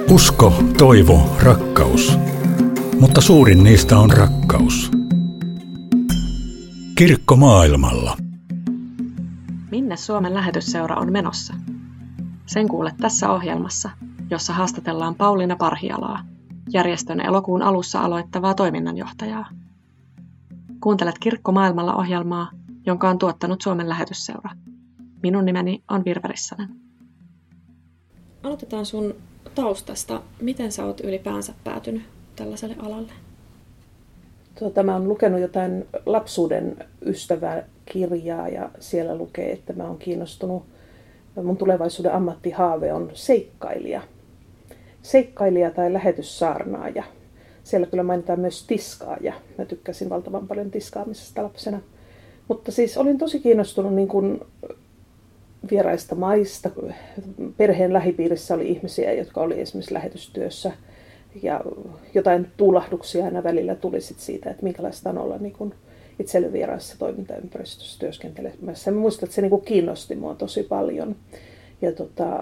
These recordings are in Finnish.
Usko, toivo, rakkaus. Mutta suurin niistä on rakkaus. Kirkko maailmalla. Minne Suomen lähetysseura on menossa? Sen kuulet tässä ohjelmassa, jossa haastatellaan Pauliina Parhialaa, järjestön elokuun alussa aloittavaa toiminnanjohtajaa. Kuuntelet Kirkko maailmalla -ohjelmaa, jonka on tuottanut Suomen lähetysseura. Minun nimeni on Virve Rissanen. Aloitetaan sun taustasta. Miten sä oot ylipäänsä päätynyt tällaiselle alalle? Mä oon lukenut jotain lapsuuden ystäväkirjaa ja siellä lukee, että mä oon kiinnostunut. Mun tulevaisuuden ammattihaave on seikkailija. Seikkailija tai lähetyssaarnaaja. Siellä kyllä mainitaan myös tiskaaja. Mä tykkäsin valtavan paljon tiskaamisesta lapsena. Mutta siis olin tosi kiinnostunut niin kuin vieraista maista. Perheen lähipiirissä oli ihmisiä, jotka oli esimerkiksi lähetystyössä. Ja jotain tuulahduksia aina välillä tuli siitä, että minkälaista on olla niin kuin itselle vieraassa toimintaympäristössä työskentelemässä. Mä muistan, että se niin kuin kiinnosti mua tosi paljon. Ja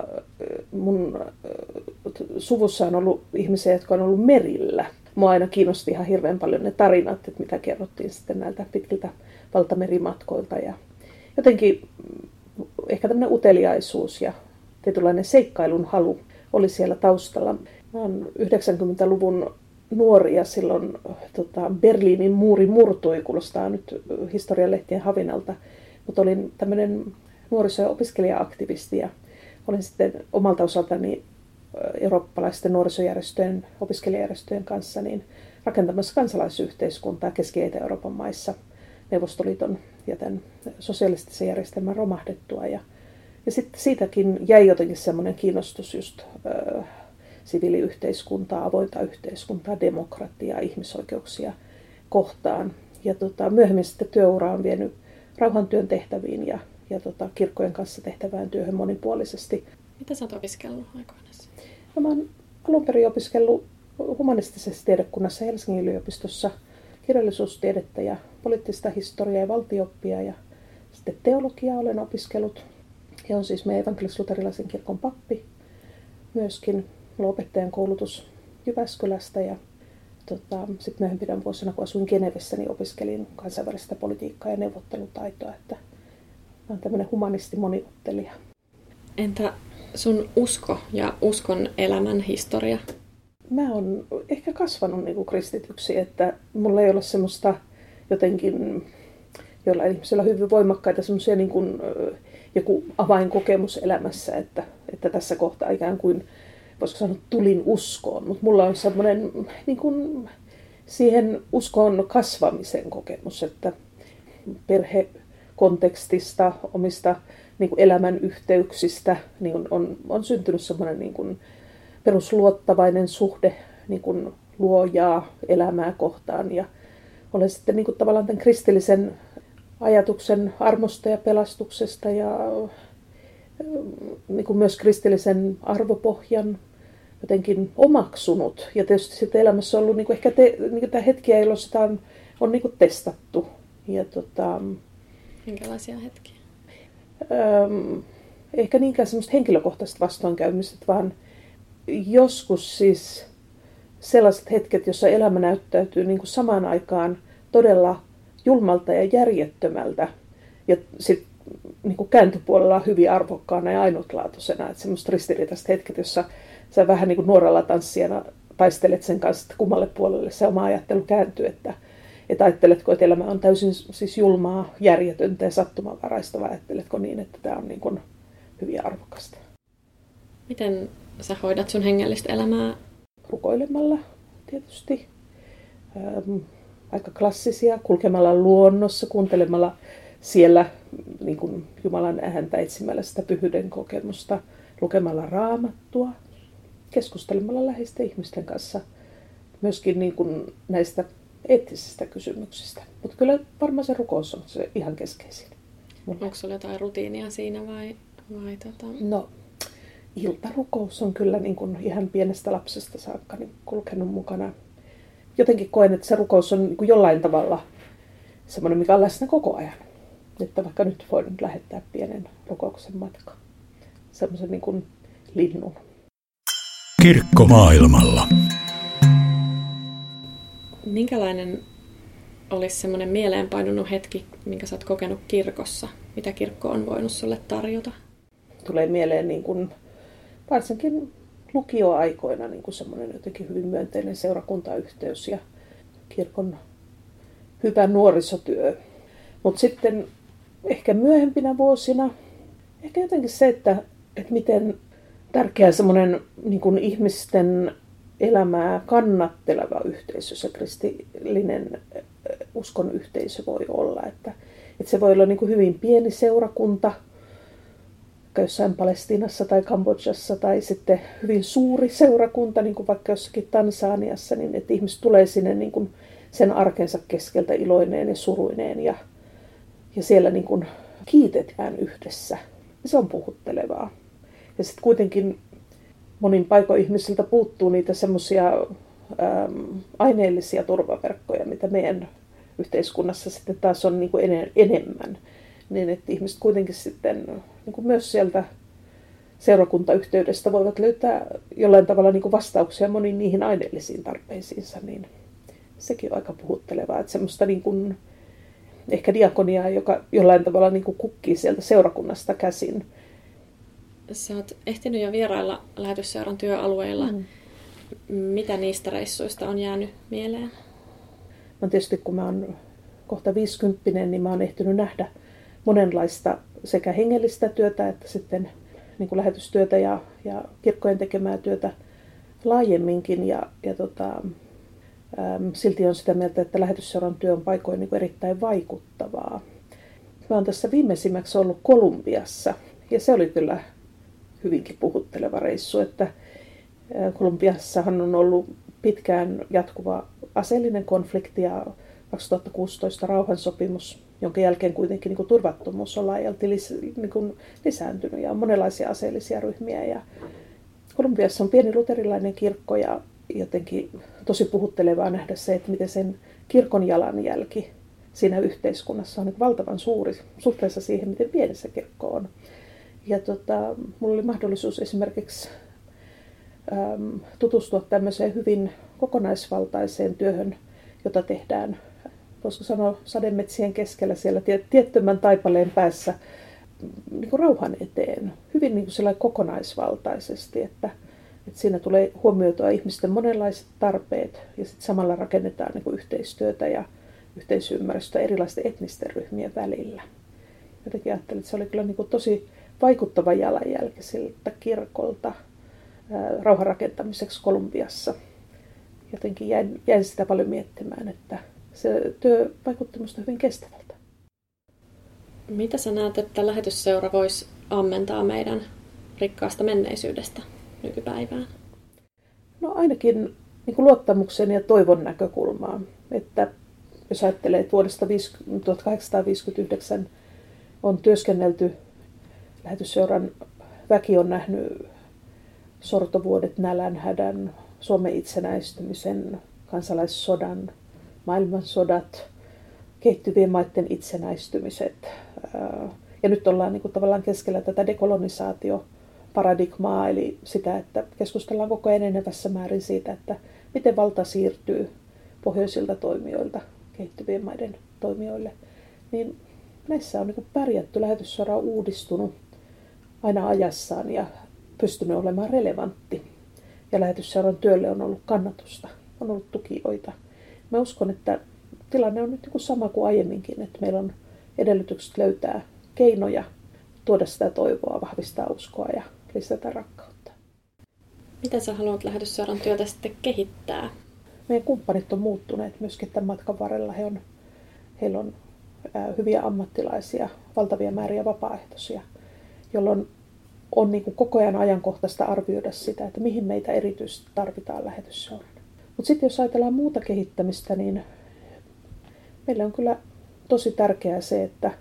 mun suvussa on ollut ihmisiä, jotka on ollut merillä. Mua aina kiinnosti ihan hirveän paljon ne tarinat, että mitä kerrottiin sitten näiltä pitkiltä valtamerimatkoilta. Ja jotenkin ehkä tämmöinen uteliaisuus ja tietynlainen seikkailun halu oli siellä taustalla. Mä oon 90-luvun nuori ja silloin Berliinin muuri murtui, kuulostaa nyt historialehtien havinalta. Mutta olin tämmöinen nuoriso- ja opiskelija-aktivisti ja olin sitten omalta osaltani eurooppalaisten nuorisojärjestöjen, opiskelijajärjestöjen kanssa niin rakentamassa kansalaisyhteiskuntaa Keski- ja Itä-Euroopan maissa Neuvostoliiton ja tämän sosialistisen järjestelmän romahdettua. Ja sitten siitäkin jäi jotenkin semmoinen kiinnostus just siviiliyhteiskuntaa, avointa yhteiskuntaa, demokratiaa, ihmisoikeuksia kohtaan. Ja myöhemmin sitten työura on vienyt rauhantyön tehtäviin ja kirkkojen kanssa tehtävään työhön monipuolisesti. Mitä sä oot opiskellut aikoinaan? No, mä oon alun perin opiskellut humanistisessa tiedekunnassa Helsingin yliopistossa kirjallisuustiedettä ja poliittista historiaa ja valtio-oppia ja sitten teologiaa olen opiskellut. Ja on siis meidän evankelis-luterilaisen kirkon pappi myöskin. Mulla on opettajan koulutus Jyväskylästä ja sitten myöhempinä vuosina, kun asuin Genevessä, niin opiskelin kansainvälistä politiikkaa ja neuvottelutaitoa. Että mä oon tämmöinen humanisti moniuttelija. Entä sun usko ja uskon elämän historia? Mä oon ehkä kasvanut niin kuin kristityksi, että mulla ei ole semmoista jotenkin, jollain ihmisellä on hyvin voimakkaita semmoisia niin kuin joku avainkokemus elämässä, että tässä kohtaa ikään kuin, voisiko sanoa, tulin uskoon. Mutta mulla on semmoinen niin kuin siihen uskoon kasvamisen kokemus, että perhekontekstista, omista niin kuin elämän yhteyksistä niin on syntynyt semmoinen niin kuin perusluottavainen suhde niin kuin luojaa elämää kohtaan. Ja olen sitten niin kuin tavallaan tämän kristillisen ajatuksen armosta ja pelastuksesta ja niin kuin myös kristillisen arvopohjan jotenkin omaksunut. Ja tietysti sitten elämässä on ollut niin kuin ehkä niin kuin hetkiä, jolloin sitä on niin kuin testattu. Ja minkälaisia hetkiä? Ehkä niinkään semmoista henkilökohtaista vastoinkäymistä, vaan joskus siis sellaiset hetket, jossa elämä näyttäytyy niin kuin samaan aikaan todella julmalta ja järjettömältä ja sitten niin kuin kääntöpuolella hyvin arvokkaana ja ainutlaatuisena. Että semmoista ristiriitaista hetket, jossa sä vähän niin kuin nuorella tanssijana taistelet sen kanssa, että kummalle puolelle se oma ajattelu kääntyy, että ajatteletko, että elämä on täysin siis julmaa, järjetöntä ja sattumanvaraista, vai ajatteletko niin, että tämä on niin kuin hyvin arvokasta. Miten sä hoidat sun hengellistä elämää? Rukoilemalla tietysti. Aika klassisia, kulkemalla luonnossa, kuuntelemalla siellä niin kuin Jumalan ääntä, etsimällä sitä pyhyyden kokemusta, lukemalla raamattua, keskustelemalla läheisten ihmisten kanssa, myöskin niin kuin näistä eettisistä kysymyksistä. Mutta kyllä varmaan se rukous on se ihan keskeisin. Onko sulla jotain rutiinia siinä vai? No, iltarukous on kyllä niin kuin ihan pienestä lapsesta saakka niin kulkenut mukana. Jotenkin koen, että se rukous on niin kuin jollain tavalla semmoinen, mikä on läsnä koko ajan. Että vaikka nyt voin lähettää pienen rukouksen matkan. Semmoisen niin kuin linnun. Kirkko maailmalla. Minkälainen olisi semmoinen mieleenpainunut hetki, minkä sä oot kokenut kirkossa? Mitä kirkko on voinut sulle tarjota? Tulee mieleen niin kuin, varsinkin lukioaikoina niin kuin semmoinen jotenkin hyvin myönteinen seurakuntayhteys ja kirkon hyvä nuorisotyö. Mutta sitten ehkä myöhempinä vuosina, ehkä jotenkin se, että miten tärkeä semmoinen niin kuin ihmisten elämää kannatteleva yhteisö, se kristillinen uskon yhteisö voi olla. Että se voi olla niin kuin hyvin pieni seurakunta, jossain Palestiinassa tai Kambodžassa, tai sitten hyvin suuri seurakunta, niin kuin vaikka jossakin Tansaniassa, niin että ihmiset tulee sinne niin kuin sen arkensa keskeltä iloineen ja suruineen, ja siellä niin kuin kiitetään yhdessä. Ja se on puhuttelevaa. Ja sitten kuitenkin monin paikoin ihmisiltä puuttuu niitä semmoisia aineellisia turvaverkkoja, mitä meidän yhteiskunnassa sitten taas on niin kuin enemmän. Niin että ihmiset kuitenkin sitten niin kuin myös sieltä seurakuntayhteydestä voivat löytää jollain tavalla niin kuin vastauksia moniin niihin aineellisiin tarpeisiinsa. Niin sekin on aika puhuttelevaa. Että semmoista niin kuin, ehkä diakoniaa, joka jollain tavalla niin kuin kukkii sieltä seurakunnasta käsin. Sä oot ehtinyt jo vierailla lähetysseuran työalueilla. Mitä niistä reissuista on jäänyt mieleen? No tietysti kun mä oon kohta 50, niin mä oon ehtinyt nähdä monenlaista sekä hengellistä työtä että sitten niin kuin lähetystyötä ja kirkkojen tekemää työtä laajemminkin. Silti on sitä mieltä, että lähetysseuran työ on paikoin niin kuin erittäin vaikuttavaa. Mä oon tässä viimeisimmäksi ollut Kolumbiassa ja se oli kyllä hyvinkin puhutteleva reissu, että Kolumbiassahan on ollut pitkään jatkuva aseellinen konflikti ja 2016 rauhansopimus, jonka jälkeen kuitenkin niin kuin turvattomuus on laajalti lisääntynyt ja on monenlaisia aseellisia ryhmiä. Ja Kolumbiassa on pieni luterilainen kirkko ja jotenkin tosi puhuttelevaa nähdä se, että miten sen kirkon jalanjälki siinä yhteiskunnassa on niin valtavan suuri suhteessa siihen, miten pieni se kirkko on. Ja mulla oli mahdollisuus esimerkiksi tutustua tämmöiseen hyvin kokonaisvaltaiseen työhön, jota tehdään, voisiko sanoa, sademetsien keskellä siellä tiettömän taipaleen päässä niin kuin rauhan eteen. Hyvin niin kuin kokonaisvaltaisesti, että siinä tulee huomioitua ihmisten monenlaiset tarpeet ja sitten samalla rakennetaan niin kuin yhteistyötä ja yhteisymmärrystä erilaisten etnisten ryhmien välillä. Jotenkin ajattelin, että se oli kyllä niin kuin tosi vaikuttava jalanjälki siltä kirkolta rauhan rakentamiseksi Kolumbiassa. Jotenkin jäin sitä paljon miettimään, että se työ vaikutti minusta hyvin kestävältä. Mitä sä näet, että lähetysseura voisi ammentaa meidän rikkaasta menneisyydestä nykypäivään? No ainakin niin kuin luottamuksen ja toivon näkökulmaa. Että jos ajattelee, että vuodesta 1859 on työskennelty, lähetysseuran väki on nähnyt sortovuodet, nälänhädän, Suomen itsenäistymisen, kansalaissodan, maailmansodat, kehittyvien maiden itsenäistymiset. Ja nyt ollaan niin kuin tavallaan keskellä tätä dekolonisaatioparadigmaa, eli sitä, että keskustellaan koko ajan enenevässä määrin siitä, että miten valta siirtyy pohjoisilta toimijoilta kehittyvien maiden toimijoille. Niin näissä on niin kuin pärjätty, lähetysseura on uudistunut aina ajassaan ja pystynyt olemaan relevantti. Ja lähetysseuran työlle on ollut kannatusta, on ollut tukijoita. Mä uskon, että tilanne on nyt niin kuin sama kuin aiemminkin, että meillä on edellytykset löytää keinoja, tuoda sitä toivoa, vahvistaa uskoa ja lisätä rakkautta. Miten sä haluat lähetysseuran työtä sitten kehittää? Meidän kumppanit on muuttuneet myöskin tämän matkan varrella. Heillä on hyviä ammattilaisia, valtavia määriä vapaaehtoisia, jolloin on niin kuin koko ajan ajankohtaista arvioida sitä, että mihin meitä erityisesti tarvitaan lähetysseurana. Mutta sitten jos ajatellaan muuta kehittämistä, niin meille on kyllä tosi tärkeää se,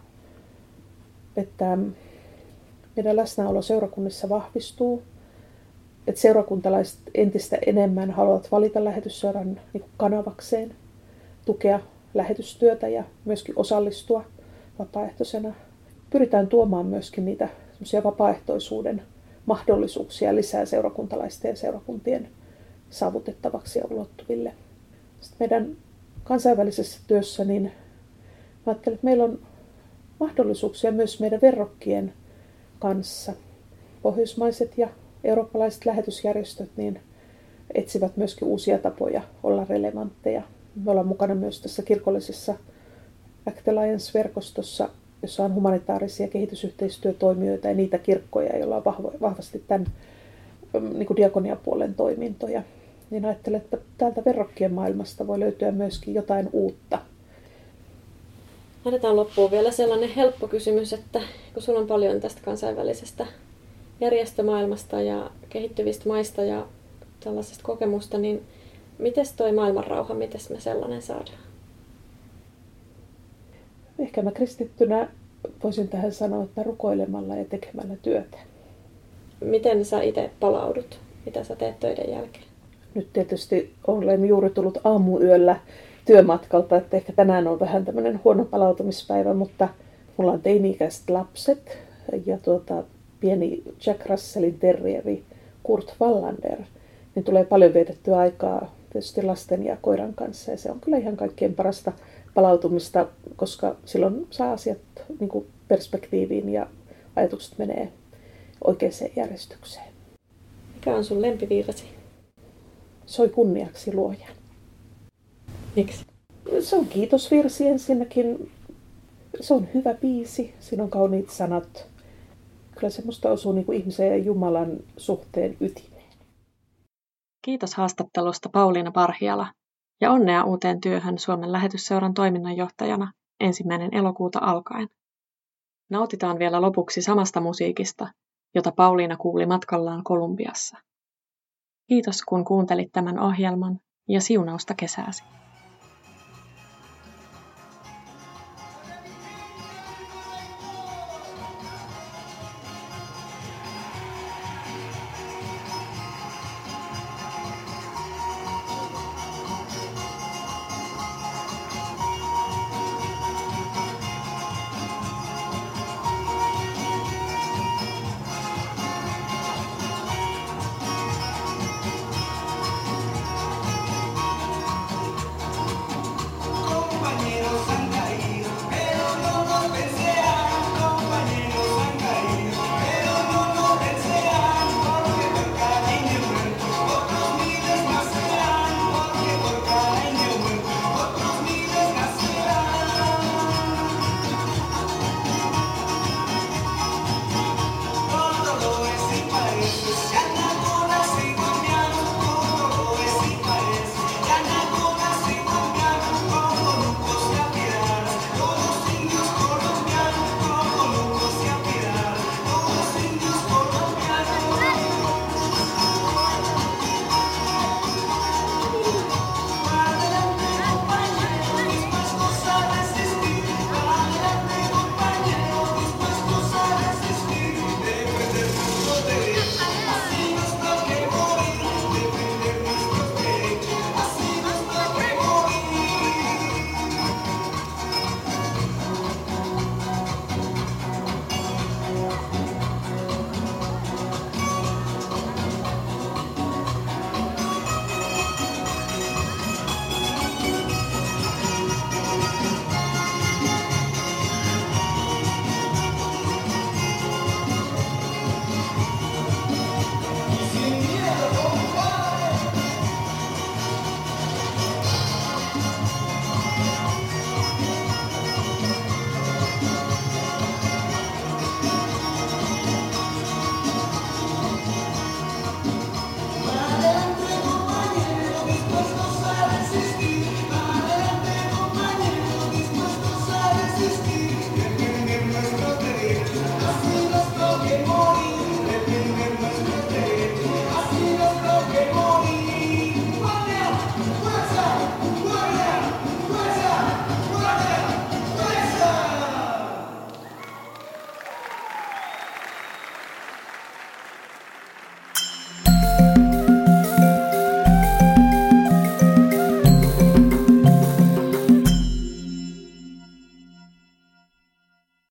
että meidän läsnäolo seurakunnissa vahvistuu, että seurakuntalaiset entistä enemmän haluavat valita lähetysseuran niin kuin kanavakseen, tukea lähetystyötä ja myöskin osallistua vapaaehtoisena. Pyritään tuomaan myöskin niitä vapaaehtoisuuden mahdollisuuksia lisää seurakuntalaisten ja seurakuntien saavutettavaksi ja ulottuville. Sitten meidän kansainvälisessä työssä niin mä ajattelen, että meillä on mahdollisuuksia myös meidän verrokkien kanssa. Pohjoismaiset ja eurooppalaiset lähetysjärjestöt niin etsivät myöskin uusia tapoja olla relevantteja. Me ollaan mukana myös tässä kirkollisessa Act Alliance-verkostossa, jossa on humanitaarisia kehitysyhteistyötoimijoita ja niitä kirkkoja, joilla on vahvasti tämän niin kuin diakoniapuolen toimintoja. Niin ajattelen, että täältä verrokkien maailmasta voi löytyä myöskin jotain uutta. Laitetaan loppuun vielä sellainen helppo kysymys, että kun sulla on paljon tästä kansainvälisestä järjestömaailmasta ja kehittyvistä maista ja tällaisesta kokemusta, niin miten toi maailmanrauha, miten me sellainen saadaan? Ehkä mä kristittynä voisin tähän sanoa, että rukoilemalla ja tekemällä työtä. Miten sä itse palaudut? Mitä sä teet töiden jälkeen? Nyt tietysti olen juuri tullut aamuyöllä työmatkalta, että ehkä tänään on vähän tämmöinen huono palautumispäivä, mutta mulla on teini-ikäiset lapset ja pieni Jack Russellin terrieri Kurt Wallander. Niin tulee paljon vietettyä aikaa tietysti lasten ja koiran kanssa ja se on kyllä ihan kaikkein parasta palautumista, koska silloin saa asiat niin kuin perspektiiviin ja ajatukset menee oikeaan järjestykseen. Mikä on sun lempivirsi? Soi kunniaksi Luojan. Miksi? Se on kiitosvirsi ensinnäkin. Se on hyvä biisi. Siinä on kauniit sanat. Kyllä se musta osuu niin kuin ihmisen ja Jumalan suhteen ytimeen. Kiitos haastattelusta Pauliina Parhiala ja onnea uuteen työhön Suomen Lähetysseuran toiminnanjohtajana 1. elokuuta alkaen. Nautitaan vielä lopuksi samasta musiikista, jota Pauliina kuuli matkallaan Kolumbiassa. Kiitos kun kuuntelit tämän ohjelman ja siunausta kesääsi.